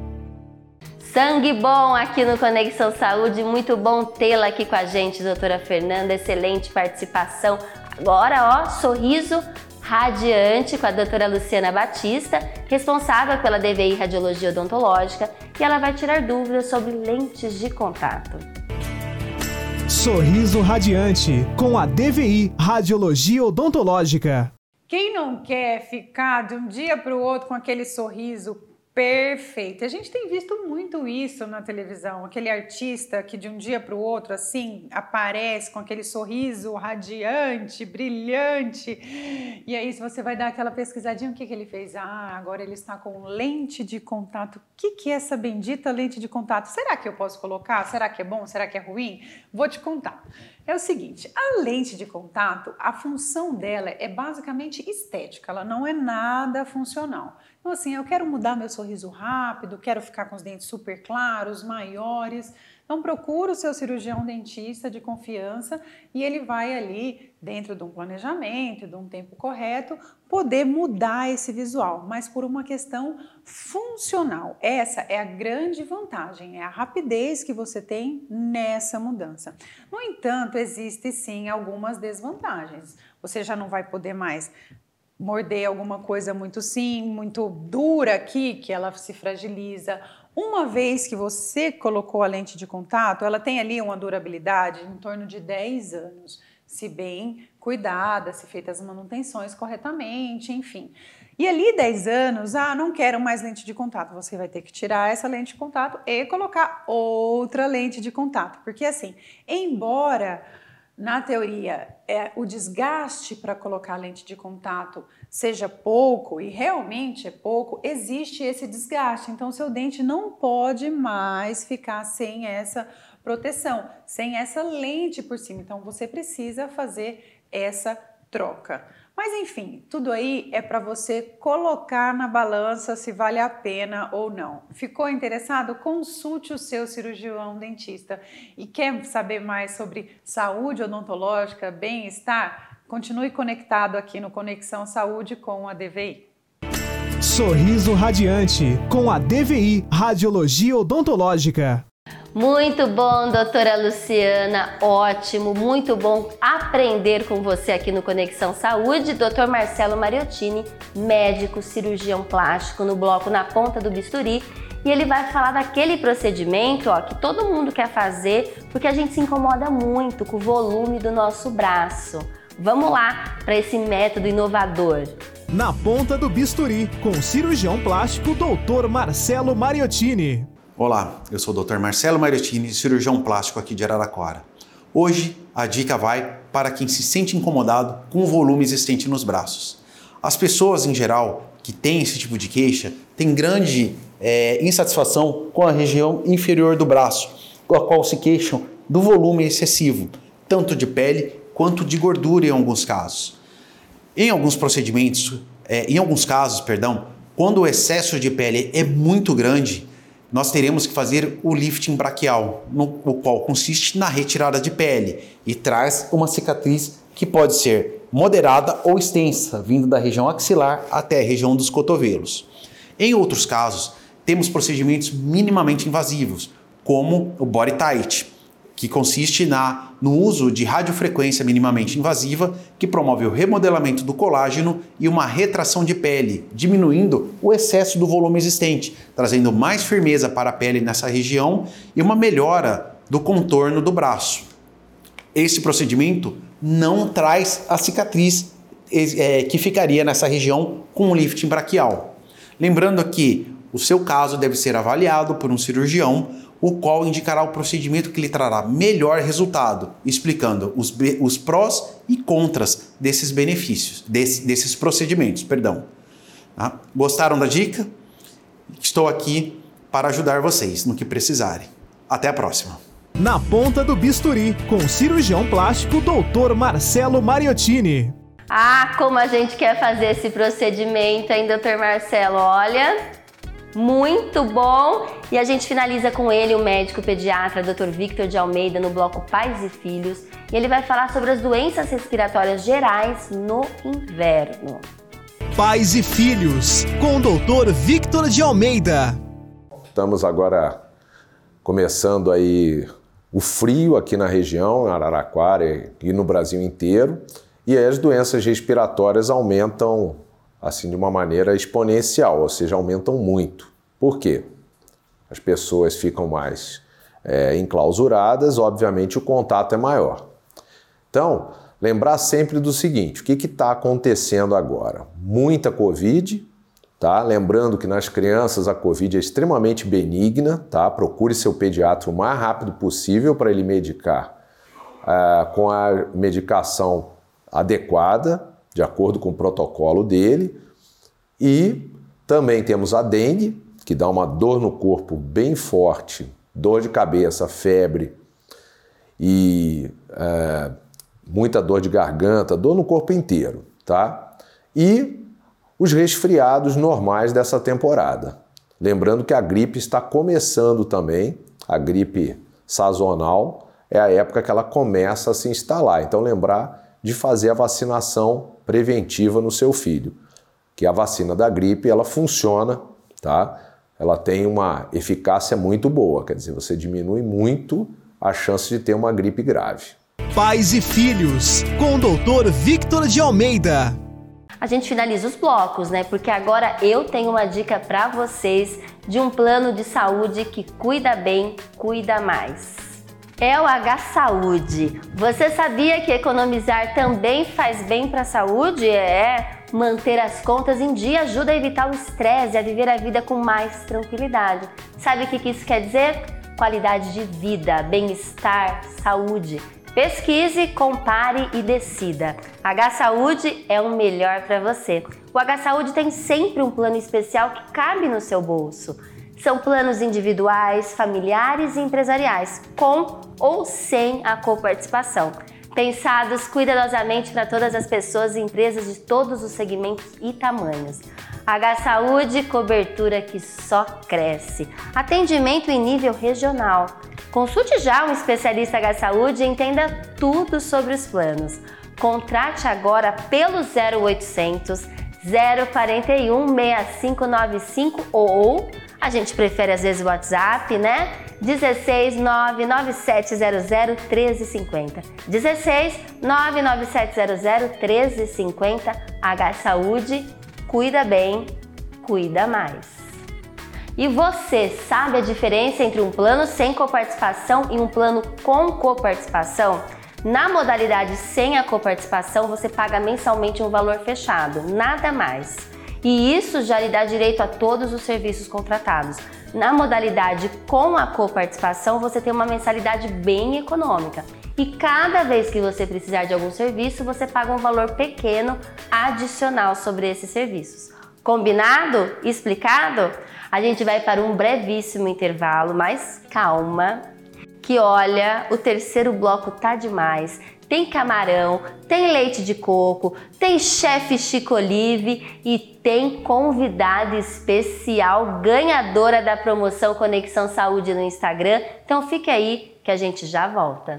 Sangue bom aqui no Conexão Saúde, muito bom tê-la aqui com a gente, doutora Fernanda, excelente participação. Agora, sorriso radiante com a doutora Luciana Batista, responsável pela DVI Radiologia Odontológica, e ela vai tirar dúvidas sobre lentes de contato. Sorriso radiante com a DVI Radiologia Odontológica. Quem não quer ficar de um dia para o outro com aquele sorriso perfeito? A gente tem visto muito isso na televisão, aquele artista que de um dia para o outro assim aparece com aquele sorriso radiante, brilhante, e aí se você vai dar aquela pesquisadinha, o que ele fez? Agora ele está com lente de contato. O que é essa bendita lente de contato? Será que eu posso colocar? Será que é bom? Será que é ruim? Vou te contar. É o seguinte, a lente de contato, a função dela é basicamente estética, ela não é nada funcional. Então assim, eu quero mudar meu sorriso rápido, quero ficar com os dentes super claros, maiores. Então procura o seu cirurgião dentista de confiança e ele vai ali, dentro de um planejamento, de um tempo correto, poder mudar esse visual, mas por uma questão funcional. Essa é a grande vantagem, é a rapidez que você tem nessa mudança. No entanto, existem sim algumas desvantagens. Você já não vai poder mais morder alguma coisa muito dura aqui, que ela se fragiliza. Uma vez que você colocou a lente de contato, ela tem ali uma durabilidade em torno de 10 anos, se bem cuidada, se feitas as manutenções corretamente, enfim. E ali 10 anos, não quero mais lente de contato, você vai ter que tirar essa lente de contato e colocar outra lente de contato, porque assim, embora na teoria, o desgaste para colocar a lente de contato seja pouco, e realmente é pouco, existe esse desgaste. Então, seu dente não pode mais ficar sem essa proteção, sem essa lente por cima. Então, você precisa fazer essa troca. Mas enfim, tudo aí é para você colocar na balança se vale a pena ou não. Ficou interessado? Consulte o seu cirurgião dentista. E quer saber mais sobre saúde odontológica, bem-estar? Continue conectado aqui no Conexão Saúde com a DVI. Sorriso Radiante com a DVI Radiologia Odontológica. Muito bom, doutora Luciana, ótimo, muito bom aprender com você aqui no Conexão Saúde. Dr. Marcelo Mariottini, médico cirurgião plástico no bloco Na Ponta do Bisturi, e ele vai falar daquele procedimento que todo mundo quer fazer porque a gente se incomoda muito com o volume do nosso braço. Vamos lá para esse método inovador. Na Ponta do Bisturi, com o cirurgião plástico Dr. Marcelo Mariottini. Olá, eu sou o Dr. Marcelo Mariottini, cirurgião plástico aqui de Araraquara. Hoje a dica vai para quem se sente incomodado com o volume existente nos braços. As pessoas em geral que têm esse tipo de queixa têm grande insatisfação com a região inferior do braço, com a qual se queixam do volume excessivo, tanto de pele quanto de gordura em alguns casos. Em alguns casos, quando o excesso de pele é muito grande, nós teremos que fazer o lifting braquial, o qual consiste na retirada de pele e traz uma cicatriz que pode ser moderada ou extensa, vindo da região axilar até a região dos cotovelos. Em outros casos, temos procedimentos minimamente invasivos, como o body tight, que consiste no uso de radiofrequência minimamente invasiva, que promove o remodelamento do colágeno e uma retração de pele, diminuindo o excesso do volume existente, trazendo mais firmeza para a pele nessa região e uma melhora do contorno do braço. Esse procedimento não traz a cicatriz que ficaria nessa região com o lifting braquial. Lembrando que o seu caso deve ser avaliado por um cirurgião, o qual indicará o procedimento que lhe trará melhor resultado, explicando os prós e contras desses benefícios, desses procedimentos. Tá? Gostaram da dica? Estou aqui para ajudar vocês no que precisarem. Até a próxima. Na Ponta do Bisturi, com o cirurgião plástico Dr. Marcelo Mariottini. Como a gente quer fazer esse procedimento, hein, Dr. Marcelo? Olha... muito bom! E a gente finaliza com ele, o médico pediatra Dr. Victor de Almeida, no bloco Pais e Filhos. E ele vai falar sobre as doenças respiratórias gerais no inverno. Pais e Filhos, com o Dr. Victor de Almeida. Estamos agora começando aí o frio aqui na região, em Araraquara e no Brasil inteiro. E aí as doenças respiratórias aumentam assim de uma maneira exponencial, ou seja, aumentam muito. Por quê? As pessoas ficam mais enclausuradas, obviamente o contato é maior. Então, lembrar sempre do seguinte, o que está acontecendo agora? Muita Covid, tá? Lembrando que nas crianças a Covid é extremamente benigna, tá? Procure seu pediatra o mais rápido possível para ele medicar com a medicação adequada, de acordo com o protocolo dele. E também temos a dengue, que dá uma dor no corpo bem forte, dor de cabeça, febre e muita dor de garganta, dor no corpo inteiro, tá? E os resfriados normais dessa temporada. Lembrando que a gripe está começando também, a gripe sazonal é a época que ela começa a se instalar. Então lembrar de fazer a vacinação preventiva no seu filho, que a vacina da gripe, ela funciona, tá? Ela tem uma eficácia muito boa, quer dizer, você diminui muito a chance de ter uma gripe grave. Pais e Filhos, com o Dr. Victor de Almeida. A gente finaliza os blocos, né? Porque agora eu tenho uma dica para vocês de um plano de saúde que cuida bem, cuida mais. É o H-Saúde. Você sabia que economizar também faz bem para a saúde? Manter as contas em dia ajuda a evitar o estresse e a viver a vida com mais tranquilidade. Sabe o que isso quer dizer? Qualidade de vida, bem-estar, saúde. Pesquise, compare e decida. H-Saúde é o melhor para você. O H-Saúde tem sempre um plano especial que cabe no seu bolso. São planos individuais, familiares e empresariais, com ou sem a coparticipação. Pensados cuidadosamente para todas as pessoas e empresas de todos os segmentos e tamanhos. H-Saúde, cobertura que só cresce. Atendimento em nível regional. Consulte já um especialista H-Saúde e entenda tudo sobre os planos. Contrate agora pelo 0800 041 6595 ou a gente prefere às vezes o WhatsApp, né? 16 99700 1350. 16 99700 1350. H-Saúde, cuida bem, cuida mais. E você sabe a diferença entre um plano sem coparticipação e um plano com coparticipação? Na modalidade sem a coparticipação, você paga mensalmente um valor fechado, nada mais. E isso já lhe dá direito a todos os serviços contratados. Na modalidade com a coparticipação, você tem uma mensalidade bem econômica. E cada vez que você precisar de algum serviço, você paga um valor pequeno adicional sobre esses serviços. Combinado? Explicado? A gente vai para um brevíssimo intervalo, mas calma, que olha, o terceiro bloco tá demais. Tem camarão, tem leite de coco, tem chefe Chico Olive e tem convidada especial, ganhadora da promoção Conexão Saúde no Instagram. Então fique aí que a gente já volta.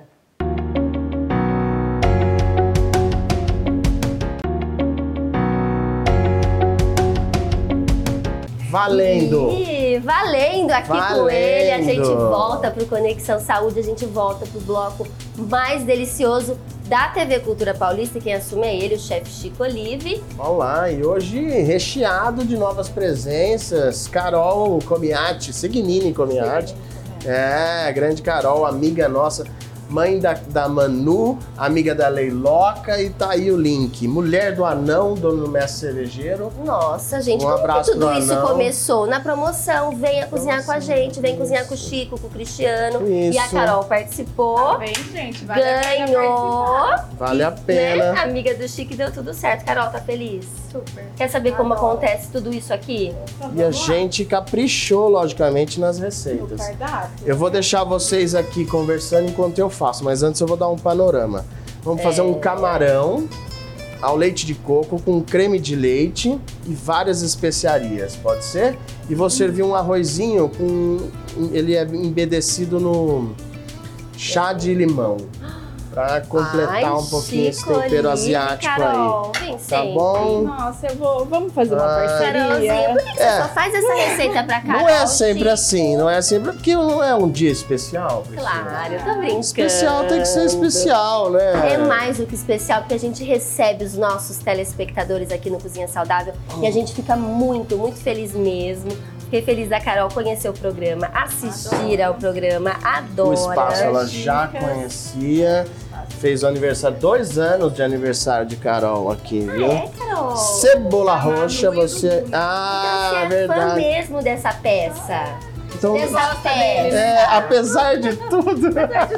Valendo! Valendo aqui com ele, a gente volta pro Conexão Saúde, a gente volta pro bloco mais delicioso da TV Cultura Paulista, e quem assume é ele, o chefe Chico Olive. Olá, e hoje recheado de novas presenças, Carol Comiati, Signini Comiati, grande Carol, amiga nossa, mãe da Manu, amiga da Leiloca, e tá aí o link. Mulher do Anão, dono do Mestre Cervejeiro. Nossa, gente, como que tudo isso começou? Na promoção, venha cozinhar com a gente, vem cozinhar com o Chico, com o Cristiano. Isso. E a Carol participou. Tá bem, gente, ganhou. Vale a pena. Né? Amiga do Chico, deu tudo certo. Carol, tá feliz? Super. Quer saber como acontece tudo isso aqui? E a gente caprichou, logicamente, nas receitas. Eu vou deixar vocês aqui conversando enquanto eu faço, mas antes eu vou dar um panorama. Vamos fazer um camarão ao leite de coco com creme de leite e várias especiarias, pode ser? E vou servir um arrozinho com... ele é embedecido no chá de limão, pra completar um pouquinho esse tempero asiático, Carol, aí. Tá bom? Nossa, vamos fazer uma parceria. Carolzinha, por que você só faz essa receita pra Carol? Não é sempre assim, não é sempre, porque não é um dia especial. Claro, eu tô brincando. Especial tem que ser especial, né? É mais do que especial, porque a gente recebe os nossos telespectadores aqui no Cozinha Saudável e a gente fica muito, muito feliz mesmo. Fiquei feliz da Carol conhecer o programa, assistir ao programa, adora. O espaço ela já conhecia, fez o aniversário, 2 anos de aniversário de Carol aqui, viu? Carol? Cebola roxa, você... Então, você é verdade. fã mesmo dessa peça. Então, dessa peça. Apesar de tudo.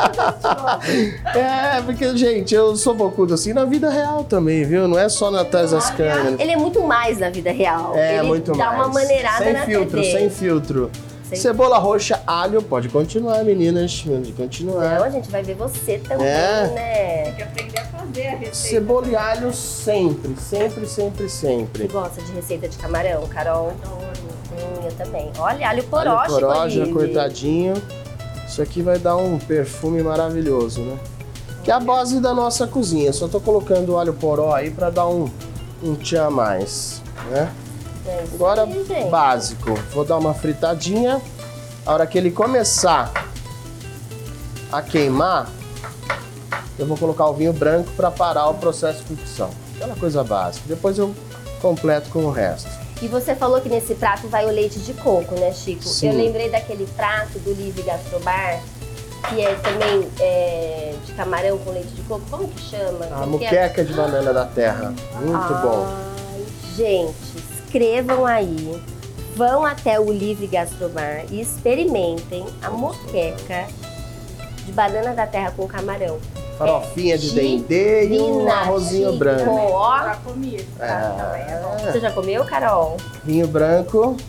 Porque, gente, eu sou bocudo assim na vida real também, viu? Não é só atrás das câmeras. Ele é muito mais na vida real. Ele muito dá mais. Uma maneirada sem na filtro, TV. Sem filtro. Cebola roxa, alho, pode continuar, meninas, pode continuar. Não, a gente vai ver você também, né? Tem que aprender a fazer a receita. Cebola e alho sempre, sempre, sempre, sempre. Você gosta de receita de camarão, Carol? Eu também. Olha, alho poró, alho poró já cortadinho. Isso aqui vai dar um perfume maravilhoso, né? Que é a base da nossa cozinha. Só tô colocando o alho poró aí pra dar um tchan a mais, né? Agora, básico. Vou dar uma fritadinha. A hora que ele começar a queimar, eu vou colocar o vinho branco para parar o processo de cocção. Aquela coisa básica. Depois eu completo com o resto. E você falou que nesse prato vai o leite de coco, né, Chico? Sim. Eu lembrei daquele prato do Live Gastrobar, que é também de camarão com leite de coco. Como que chama? A muqueca de banana da terra. Muito bom. Gente, escrevam aí, vão até o Live Gastrobar e experimentem a moqueca de banana da terra com camarão. Farofinha de dendê e um arrozinho branco. Ó. Já comi. Você já comeu, Carol? Vinho branco.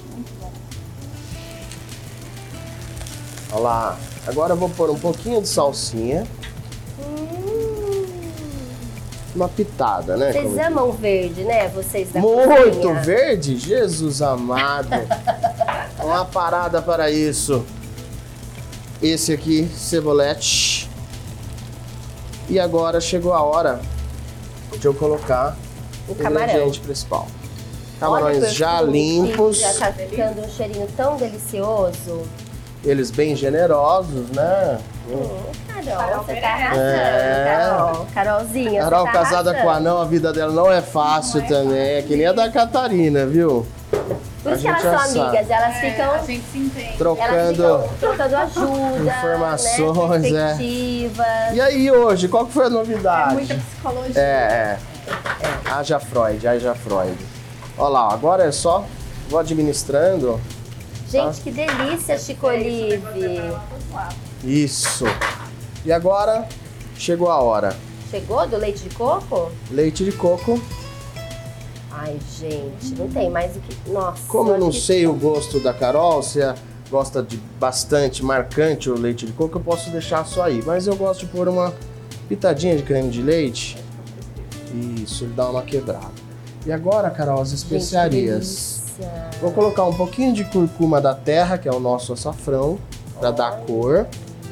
Olha lá. Agora eu vou pôr um pouquinho de salsinha. Uma pitada, né? Vocês amam verde, né? Vocês da Muito cozinha. verde? Jesus amado. Uma parada para isso. Esse aqui, cebolete. E agora chegou a hora de eu colocar o ingrediente principal. Camarões já limpos. Já tá ficando um cheirinho tão delicioso. Eles bem generosos, né? Carol, você tá arrasando, Carol. Carolzinha, Carol, você tá casada arrasando. com anão, a vida dela não é fácil também. É que nem a da Catarina, viu? Por isso que elas são amigas, elas ficam... A gente se entende. Trocando trocando ajuda, informações, né, perspectivas. E aí, hoje, qual que foi a novidade? É muita psicologia. Haja Freud, haja Freud. Olha lá, agora é só... Vou administrando. Gente, que delícia, Chico Olive. Isso. E agora, chegou a hora. Chegou do leite de coco? Leite de coco. Ai, gente, não tem mais o que... Nossa. Como eu não acho que- sei o gosto da Carol, se gosta de bastante marcante o leite de coco, eu posso deixar só aí. Mas eu gosto de pôr uma pitadinha de creme de leite. Isso, ele dá uma quebrada. E agora, Carol, as especiarias. Vou colocar um pouquinho de curcuma da terra, que é o nosso açafrão, para dar cor.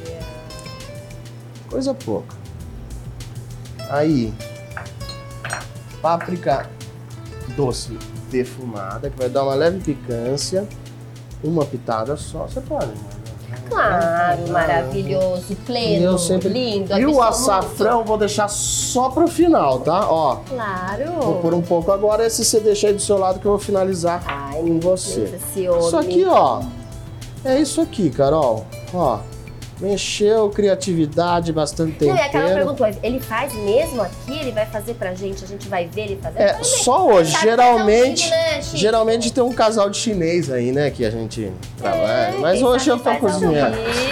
Coisa pouca. Aí, páprica doce defumada, que vai dar uma leve picância. Uma pitada só, você pode. Claro, maravilhoso, pleno, Eu sempre... lindo, E o absoluto. açafrão vou deixar só pro final, tá? Ó, Claro. vou pôr um pouco agora, esse você deixa aí do seu lado que eu vou finalizar com você. Deus, esse homem. Isso aqui, ó, é isso aqui, Carol. Ó, mexeu, criatividade, bastante Não, e a Carol tempero. perguntou, ele faz mesmo aqui? Ele vai fazer pra gente? A gente vai ver ele fazer? É, só hoje. Sabe Geralmente, fazer um vídeo, né, Chico? geralmente tem um casal de chinês aí, né, que a gente trabalha. Mas hoje eu tô cozinhando.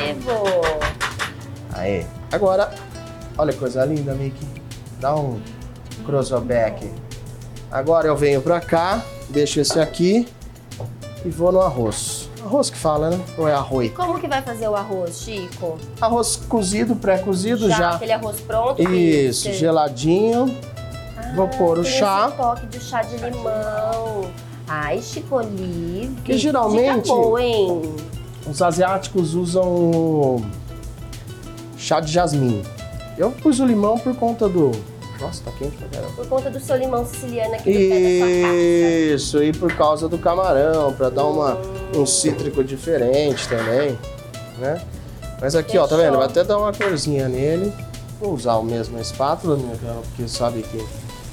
Aí. Agora, olha que coisa linda, Mickey. Dá um crossoback. Agora eu venho pra cá, deixo esse aqui e vou no arroz. Arroz que fala, né? Ou é arroz? Como que vai fazer o arroz, Chico? Arroz cozido, pré-cozido já. Aquele arroz pronto? Isso, que- geladinho. Vou pôr o Tem chá. esse toque de chá de limão. Ai, Chico Olive. Que geralmente- Dica boa, hein? Os asiáticos usam o chá de jasmim. Eu pus o limão por conta do... Nossa, tá quente pra caramba. Por conta do seu limão siciliano aqui do pé da sua casa. Isso, e por causa do camarão, pra dar um cítrico diferente também, né? Mas aqui, ó, tá vendo? Vai até dar uma corzinha nele. Vou usar o mesmo espátula, minha cara, porque sabe que...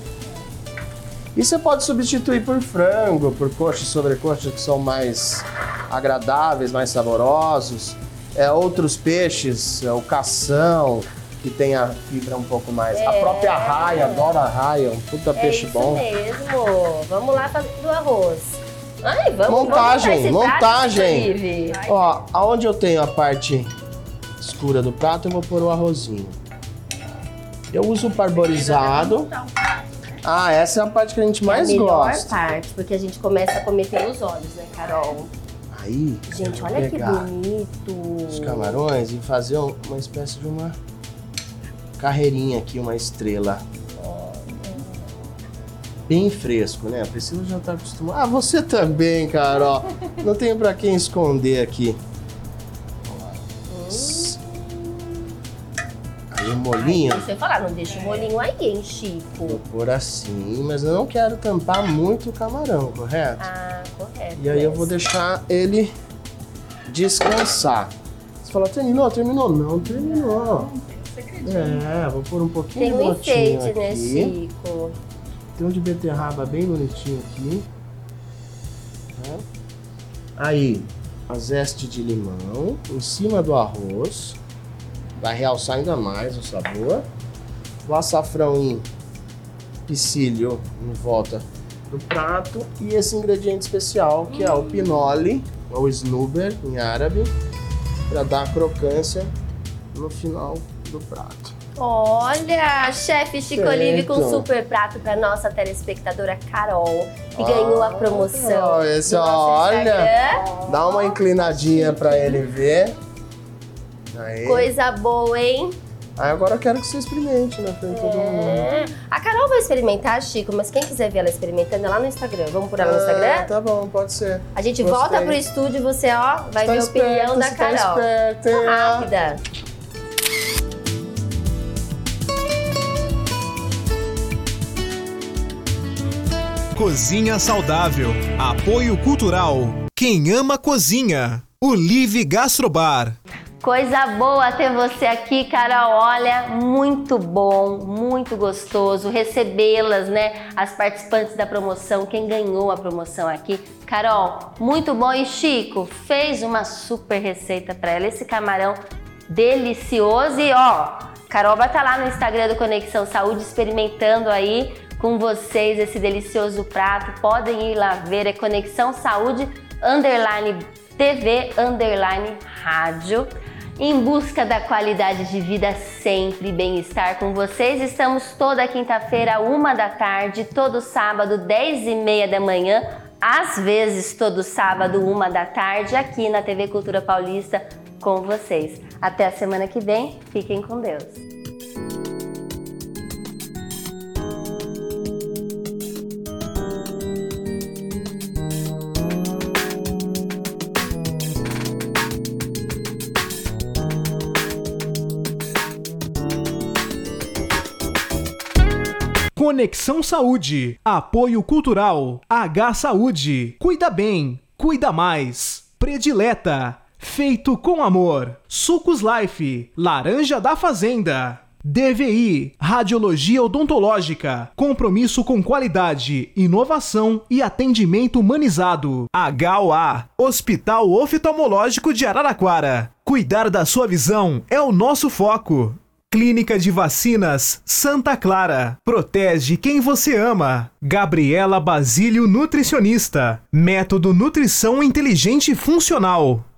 E você pode substituir por frango, por coxa e sobrecoxa, que são mais agradáveis, mais saborosos. Outros peixes, o cação, que tem a fibra um pouco mais. A própria arraia, adoro arraia, um puta peixe bom. É isso mesmo. Vamos lá fazer do arroz. Ai, vamos Montagem, vamos montar esse prato, montagem. inclusive. Ó, aonde eu tenho a parte escura do prato, eu vou pôr o arrozinho. Eu uso o parborizado. Ah, essa é a parte que a gente mais é a melhor gosta. parte, porque a gente começa a comer pelos olhos, né, Carol? Aí, Gente, eu olha que pegar bonito. os camarões e fazer uma espécie de uma carreirinha aqui, uma estrela. Bem fresco, né? A Priscila já tá acostumada. Ah, você também, Carol. Não tenho pra quem esconder aqui. Aí o molinho. Você falar, não deixa o molinho aí, hein, Chico? Vou pôr assim, mas eu não quero tampar muito o camarão, correto? Ah, correto. E aí eu vou deixar ele descansar. Você fala, terminou? Terminou? Não, terminou. Vou pôr um pouquinho Tem de um motinho enfeite, né, aqui. Chico? Tem um de beterraba bem bonitinho aqui. Tá? Aí, a zeste de limão em cima do arroz. Vai realçar ainda mais o sabor. O açafrão em psyllium em volta do prato. E esse ingrediente especial, que é o pinole, ou snoober em árabe, para dar crocância no final do prato. Olha, chefe Chico Olive com um super prato para nossa telespectadora Carol, que ganhou a promoção. Esse, olha, dá uma inclinadinha para ele ver. Aí. Coisa boa, hein? Aí agora eu quero que você experimente, né? Todo mundo. A Carol vai experimentar, Chico, mas quem quiser ver ela experimentando é lá no Instagram. Vamos por ela no Instagram? Tá bom, pode ser. A gente volta pro estúdio e você, vai ver a opinião da Carol. Tá esperto, rápida. Cozinha Saudável. Apoio Cultural. Quem ama cozinha. Olive Gastrobar. Coisa boa ter você aqui, Carol. Olha, muito bom, muito gostoso recebê-las, né? As participantes da promoção, quem ganhou a promoção aqui. Carol, muito bom. E Chico fez uma super receita para ela, esse camarão delicioso. E Carol vai estar lá no Instagram do Conexão Saúde experimentando aí com vocês esse delicioso prato. Podem ir lá ver, é Conexão Saúde _TV_rádio. Em busca da qualidade de vida sempre, bem-estar com vocês. Estamos toda quinta-feira, 13h, todo sábado, 10h30 da manhã, às vezes todo sábado, 13h, aqui na TV Cultura Paulista com vocês. Até a semana que vem, fiquem com Deus. Conexão Saúde. Apoio Cultural. H Saúde. Cuida bem. Cuida mais. Predileta. Feito com amor. Sucos Life. Laranja da Fazenda. DVI. Radiologia Odontológica. Compromisso com qualidade, inovação e atendimento humanizado. HOA. Hospital Oftalmológico de Araraquara. Cuidar da sua visão é o nosso foco. Clínica de Vacinas Santa Clara. Protege quem você ama. Gabriela Basílio Nutricionista. Método Nutrição Inteligente e Funcional.